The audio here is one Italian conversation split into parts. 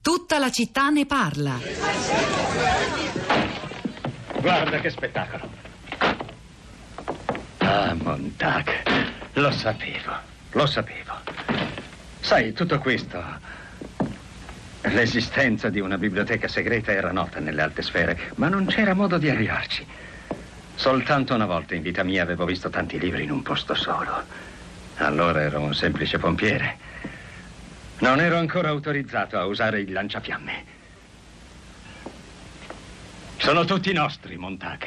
Tutta la città ne parla. Guarda che spettacolo. Ah, Montag, lo sapevo. Sai, tutto questo, l'esistenza di una biblioteca segreta era nota nelle alte sfere, ma non c'era modo di arrivarci. Soltanto una volta in vita mia avevo visto tanti libri in un posto solo. Allora ero un semplice pompiere. Non ero ancora autorizzato a usare il lanciafiamme. Sono tutti nostri, Montag.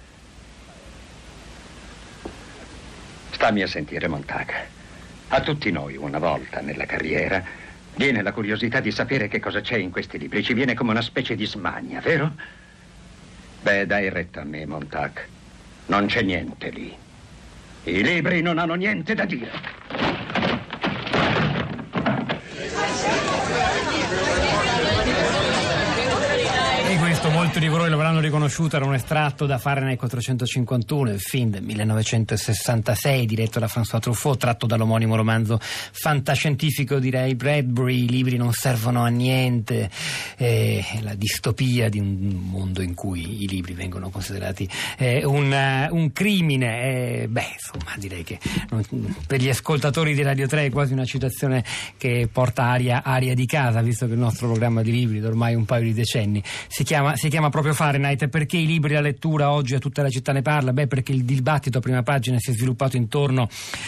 Stammi a sentire, Montag. A tutti noi, una volta nella carriera, viene la curiosità di sapere che cosa c'è in questi libri. Ci viene come una specie di smania, vero? Beh, dai retta a me, Montag. Non c'è niente lì. I libri non hanno niente da dire. Molti di voi l'avranno riconosciuto, era un estratto da Fahrenheit 451, il film del 1966 diretto da François Truffaut, tratto dall'omonimo romanzo fantascientifico di Ray Bradbury. I libri non servono a niente, la distopia di un mondo in cui i libri vengono considerati un crimine. Insomma, direi che per gli ascoltatori di Radio 3 è quasi una citazione che porta aria di casa, visto che il nostro programma di libri da ormai un paio di decenni si chiama proprio Fahrenheit. Perché i libri, la lettura oggi a tutta la città ne parla? Perché il dibattito a prima pagina si è sviluppato intorno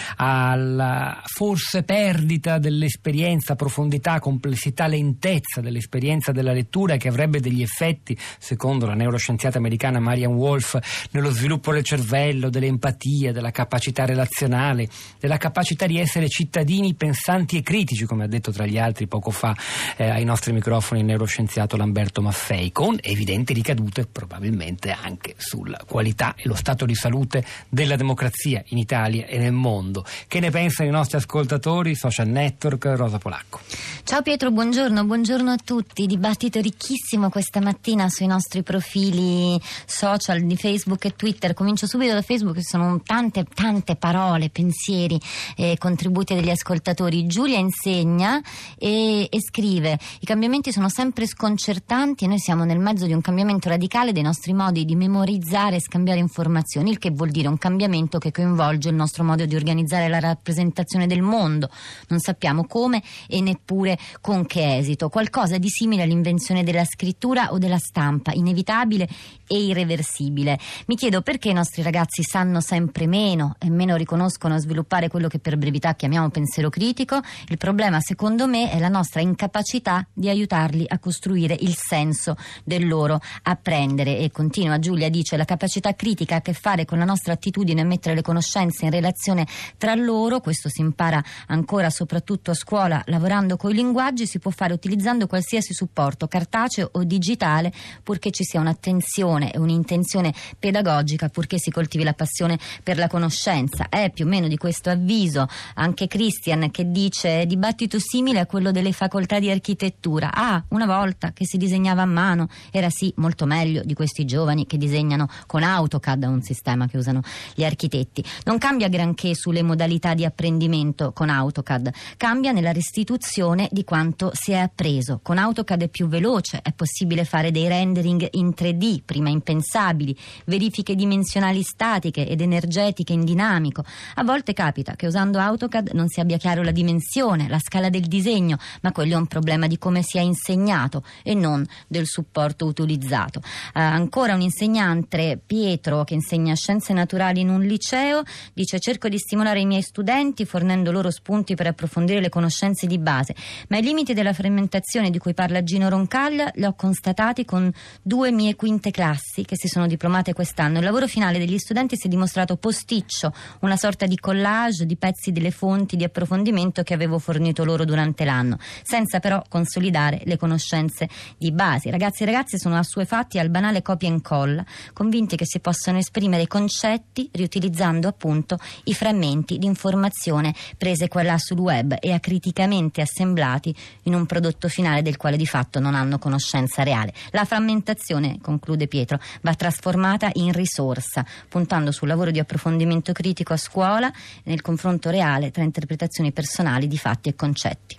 alla forse perdita dell'esperienza, profondità, complessità, lentezza dell'esperienza della lettura, che avrebbe degli effetti, secondo la neuroscienziata americana Marianne Wolf, nello sviluppo del cervello, dell'empatia, della capacità relazionale, della capacità di essere cittadini pensanti e critici, come ha detto tra gli altri poco fa ai nostri microfoni il neuroscienziato Lamberto Maffei, con evidenti ricadute probabilmente anche sulla qualità e lo stato di salute della democrazia in Italia e nel mondo. Che ne pensano i nostri ascoltatori? Social Network, Rosa Polacco. Ciao Pietro, buongiorno a tutti. Dibattito ricchissimo questa mattina sui nostri profili social di Facebook e Twitter. Comincio subito da Facebook, che sono tante parole, pensieri e contributi degli ascoltatori. Giulia insegna e scrive: i cambiamenti sono sempre sconcertanti e noi siamo nel mezzo di un cambiamento radicale dei nostri modi di memorizzare e scambiare informazioni, il che vuol dire un cambiamento che coinvolge il nostro modo di organizzare la rappresentazione del mondo. Non sappiamo come e neppure con che esito. Qualcosa di simile all'invenzione della scrittura o della stampa, inevitabile e irreversibile. Mi chiedo perché i nostri ragazzi sanno sempre meno e meno riconoscono sviluppare quello che per brevità chiamiamo pensiero critico. Il problema, secondo me, è la nostra incapacità di aiutarli a costruire il senso del loro apprendere. E continua Giulia, dice: la capacità critica ha a che fare con la nostra attitudine a mettere le conoscenze in relazione tra loro. Questo si impara ancora soprattutto a scuola, lavorando con i linguaggi. Si può fare utilizzando qualsiasi supporto, cartaceo o digitale, purché ci sia un'attenzione e un'intenzione pedagogica, purché si coltivi la passione per la conoscenza. È più o meno di questo avviso anche Christian, che dice: dibattito simile a quello delle facoltà di architettura. Una volta che si disegnava a mano era sì molto meglio di questi giovani che disegnano con AutoCAD, un sistema che usano gli architetti. Non cambia granché sulle modalità di apprendimento con AutoCAD, cambia nella restituzione di quanto si è appreso. Con AutoCAD è più veloce, è possibile fare dei rendering in 3D, prima impensabili, verifiche dimensionali statiche ed energetiche in dinamico. A volte capita che usando AutoCAD non si abbia chiaro la dimensione, la scala del disegno, ma quello è un problema di come si è insegnato e non del supporto utilizzato. Ancora un insegnante, Pietro, che insegna scienze naturali in un liceo, dice: cerco di stimolare i miei studenti fornendo loro spunti per approfondire le conoscenze di base, ma i limiti della frammentazione di cui parla Gino Roncaglia li ho constatati con 2 mie quinte classi che si sono diplomate quest'anno. Il lavoro finale degli studenti si è dimostrato posticcio, una sorta di collage di pezzi delle fonti di approfondimento che avevo fornito loro durante l'anno, senza però consolidare le conoscenze di base. I ragazzi e ragazze sono assuefatti al banale copia e incolla, convinti che si possano esprimere i concetti riutilizzando appunto i frammenti di informazione prese qua là sul web e acriticamente assemblati in un prodotto finale del quale di fatto non hanno conoscenza reale. La frammentazione, conclude Pietro, va trasformata in risorsa, puntando sul lavoro di approfondimento critico a scuola nel confronto reale tra interpretazioni personali di fatti e concetti.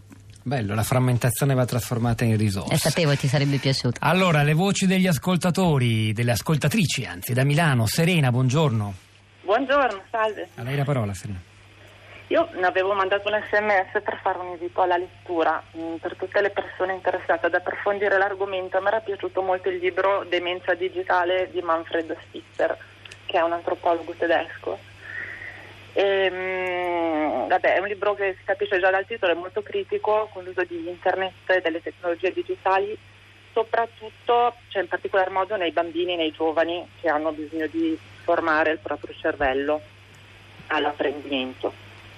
Bello, la frammentazione va trasformata in risorse. Sapevo ti sarebbe piaciuto. Allora, le voci degli ascoltatori, delle ascoltatrici, anzi, da Milano. Serena, buongiorno. Buongiorno, salve. A lei la parola, Serena. Io avevo mandato un SMS per fare un invito alla lettura per tutte le persone interessate ad approfondire l'argomento. Mi era piaciuto molto il libro Demenza digitale di Manfred Spitzer, che è un antropologo tedesco. È un libro che si capisce già dal titolo, è molto critico con l'uso di internet e delle tecnologie digitali, soprattutto, in particolar modo nei bambini e nei giovani che hanno bisogno di formare il proprio cervello all'apprendimento.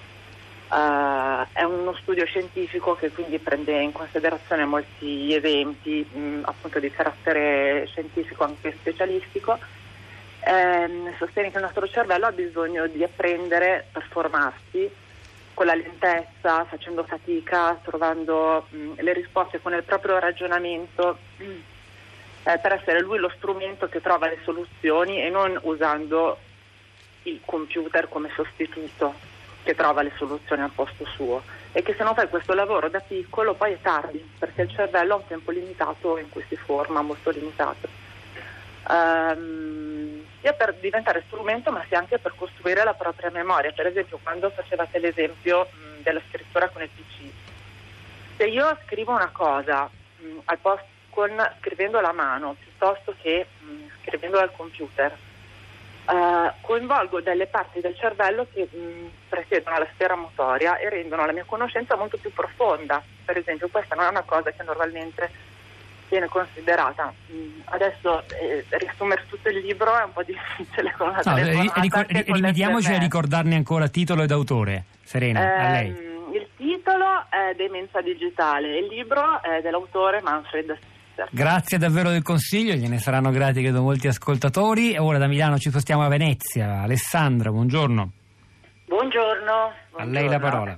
È uno studio scientifico che quindi prende in considerazione molti eventi appunto di carattere scientifico, anche specialistico. Sostiene che il nostro cervello ha bisogno di apprendere per formarsi con la lentezza, facendo fatica, trovando le risposte con il proprio ragionamento, per essere lui lo strumento che trova le soluzioni e non usando il computer come sostituto che trova le soluzioni al posto suo, e che se non fai questo lavoro da piccolo poi è tardi, perché il cervello ha un tempo limitato in cui si forma, molto limitato. Sia per diventare strumento ma sia anche per costruire la propria memoria. Per esempio, quando facevate l'esempio della scrittura con il PC, se io scrivo una cosa scrivendo alla mano piuttosto che scrivendo al computer, coinvolgo delle parti del cervello che presiedono alla sfera motoria e rendono la mia conoscenza molto più profonda. Per esempio, questa non è una cosa che normalmente viene considerata. Adesso riassumere tutto il libro è un po' difficile con una telefonata. Rimediamoci a ricordarne ancora titolo ed autore. Serena, a lei. Il titolo è Demenza digitale, il libro è dell'autore Manfred Spitzer. Grazie davvero del consiglio, gliene saranno grati credo molti ascoltatori. E ora da Milano ci spostiamo a Venezia. Alessandra, buongiorno. Buongiorno. A lei la parola.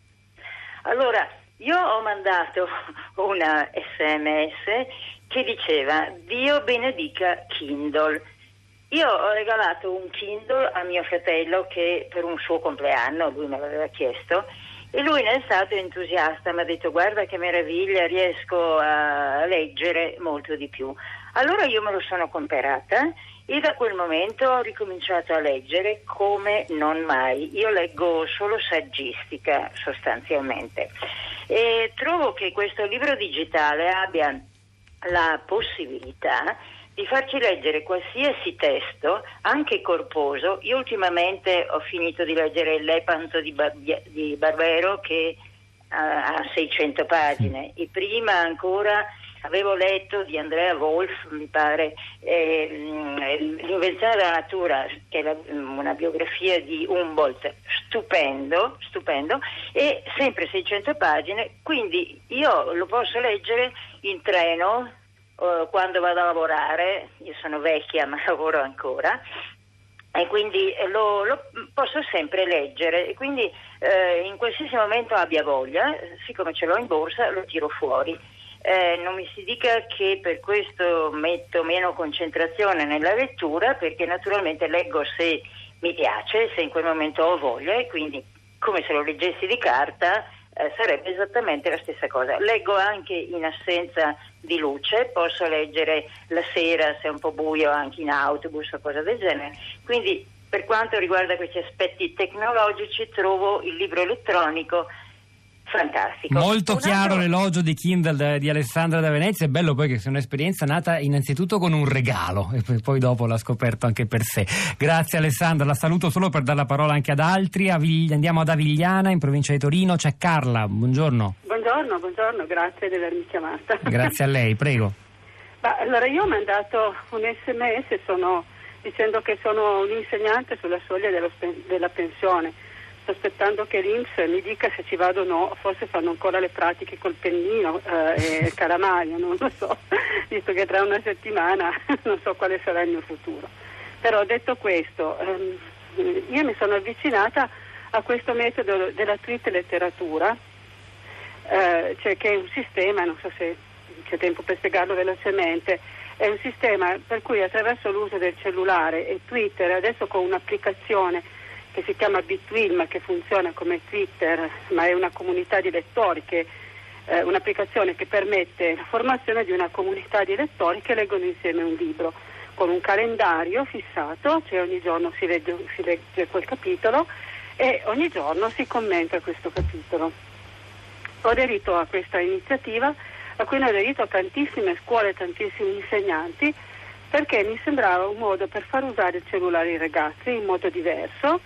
Allora, io ho mandato una SMS che diceva: Dio benedica Kindle. Io ho regalato un Kindle a mio fratello che per un suo compleanno, lui me l'aveva chiesto, e lui ne è stato entusiasta, mi ha detto: guarda che meraviglia, riesco a leggere molto di più. Allora io me lo sono comprata e da quel momento ho ricominciato a leggere come non mai. Io leggo solo saggistica sostanzialmente. E trovo che questo libro digitale abbia la possibilità di farci leggere qualsiasi testo, anche corposo. Io ultimamente ho finito di leggere Lepanto di Barbero, che ha 600 pagine, e prima ancora avevo letto di Andrea Wolf, mi pare, L'invenzione della natura, che è una biografia di Humboldt, stupendo, e sempre 600 pagine, quindi io lo posso leggere in treno, quando vado a lavorare. Io sono vecchia ma lavoro ancora, e quindi lo posso sempre leggere, e quindi in qualsiasi momento abbia voglia, siccome ce l'ho in borsa, lo tiro fuori. Non mi si dica che per questo metto meno concentrazione nella lettura, perché naturalmente leggo se mi piace, se in quel momento ho voglia, e quindi come se lo leggessi di carta sarebbe esattamente la stessa cosa. Leggo anche in assenza di luce, posso leggere la sera se è un po' buio anche in autobus o cosa del genere. Quindi per quanto riguarda questi aspetti tecnologici trovo il libro elettronico fantastico. Molto chiaro l'elogio di Kindle di Alessandra da Venezia. È bello poi che sia un'esperienza nata innanzitutto con un regalo e poi dopo l'ha scoperto anche per sé. Grazie Alessandra, la saluto solo per dare la parola anche ad altri. Andiamo ad Avigliana, in provincia di Torino. C'è Carla, buongiorno. Buongiorno, grazie di avermi chiamata. Grazie a lei, prego. Allora, io ho mandato un SMS dicendo che sono un insegnante sulla soglia della pensione. Sto aspettando che l'INPS mi dica se ci vado o no. Forse fanno ancora le pratiche col pennino e il calamaio, non lo so, visto che tra una settimana non so quale sarà il mio futuro. Però detto questo, io mi sono avvicinata a questo metodo della tweet letteratura, cioè che è un sistema, non so se c'è tempo per spiegarlo velocemente, è un sistema per cui attraverso l'uso del cellulare e Twitter, adesso con un'applicazione che si chiama Bitwilm, che funziona come Twitter, ma è una comunità di lettori che un'applicazione che permette la formazione di una comunità di lettori che leggono insieme un libro, con un calendario fissato, cioè ogni giorno si legge quel capitolo e ogni giorno si commenta questo capitolo. Ho aderito a questa iniziativa, a cui hanno aderito tantissime scuole, tantissimi insegnanti, perché mi sembrava un modo per far usare il cellulare ai ragazzi in modo diverso,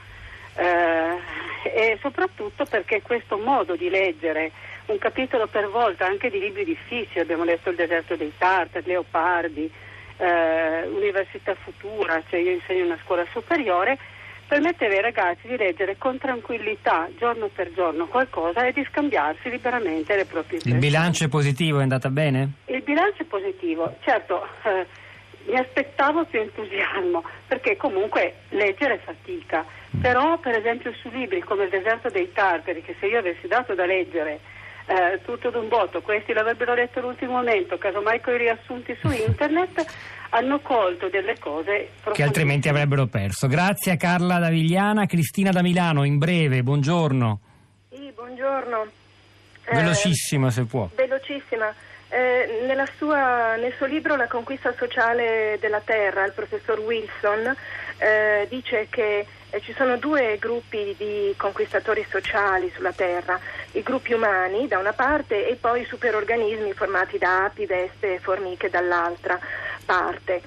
e soprattutto perché questo modo di leggere un capitolo per volta anche di libri difficili, abbiamo letto Il deserto dei Tartari, Leopardi, Università Futura, cioè io insegno in una scuola superiore, permetteva ai ragazzi di leggere con tranquillità giorno per giorno qualcosa e di scambiarsi liberamente le proprie impressioni. Il bilancio è positivo, è andata bene? Il bilancio è positivo, certo. Mi aspettavo più entusiasmo, perché comunque leggere è fatica, però per esempio su libri come Il deserto dei Tartari, che se io avessi dato da leggere tutto d'un botto, questi l'avrebbero letto all'ultimo momento, casomai con i riassunti su internet, hanno colto delle cose che altrimenti avrebbero perso. Grazie a Carla da Vigliana. Cristina da Milano, in breve, buongiorno. Sì, buongiorno. Velocissima se può. Velocissima. Nel suo libro La conquista sociale della terra, il professor Wilson dice che ci sono due gruppi di conquistatori sociali sulla terra, i gruppi umani da una parte e poi i superorganismi formati da api, vespe e formiche dall'altra parte.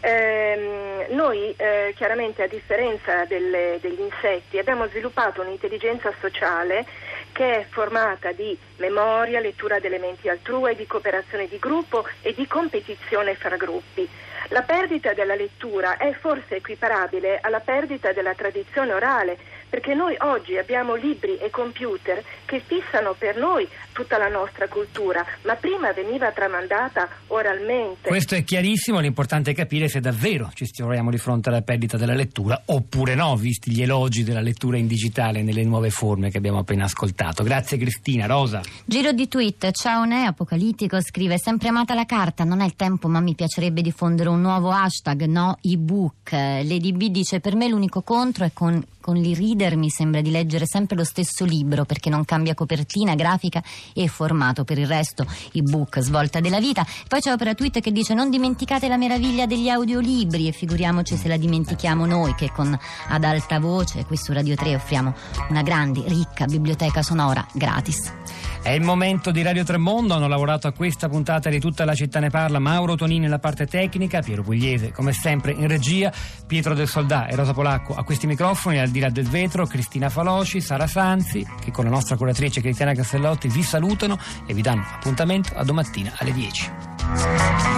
Noi chiaramente, a differenza degli insetti, abbiamo sviluppato un'intelligenza sociale che è formata di memoria, lettura di elementi altrui, di cooperazione di gruppo e di competizione fra gruppi. La perdita della lettura è forse equiparabile alla perdita della tradizione orale, perché noi oggi abbiamo libri e computer che fissano per noi tutta la nostra cultura, ma prima veniva tramandata oralmente. Questo è chiarissimo, l'importante è capire se davvero ci troviamo di fronte alla perdita della lettura oppure no, visti gli elogi della lettura in digitale nelle nuove forme che abbiamo appena ascoltato. Grazie Cristina. Rosa. Giro di tweet, ciao Ne Apocalittico, scrive: sempre amata la carta, non è il tempo ma mi piacerebbe diffondere un nuovo hashtag, no ebook. Lady B dice: per me l'unico contro è con l'e-reader mi sembra di leggere sempre lo stesso libro, perché non cambia copertina, grafica e formato. Per il resto ebook, svolta della vita. Poi c'è Opera Tweet che dice: non dimenticate la meraviglia degli audiolibri, e figuriamoci se la dimentichiamo noi che con Ad Alta Voce qui su Radio 3 offriamo una grande, ricca biblioteca sonora gratis. È il momento di Radio Tremondo, hanno lavorato a questa puntata di Tutta la città ne parla Mauro Tonini nella parte tecnica, Piero Pugliese come sempre in regia, Pietro del Soldà e Rosa Polacco a questi microfoni, al di là del vetro Cristina Faloci, Sara Sanzi, che con la nostra curatrice Cristiana Castellotti vi salutano e vi danno appuntamento a domattina alle 10.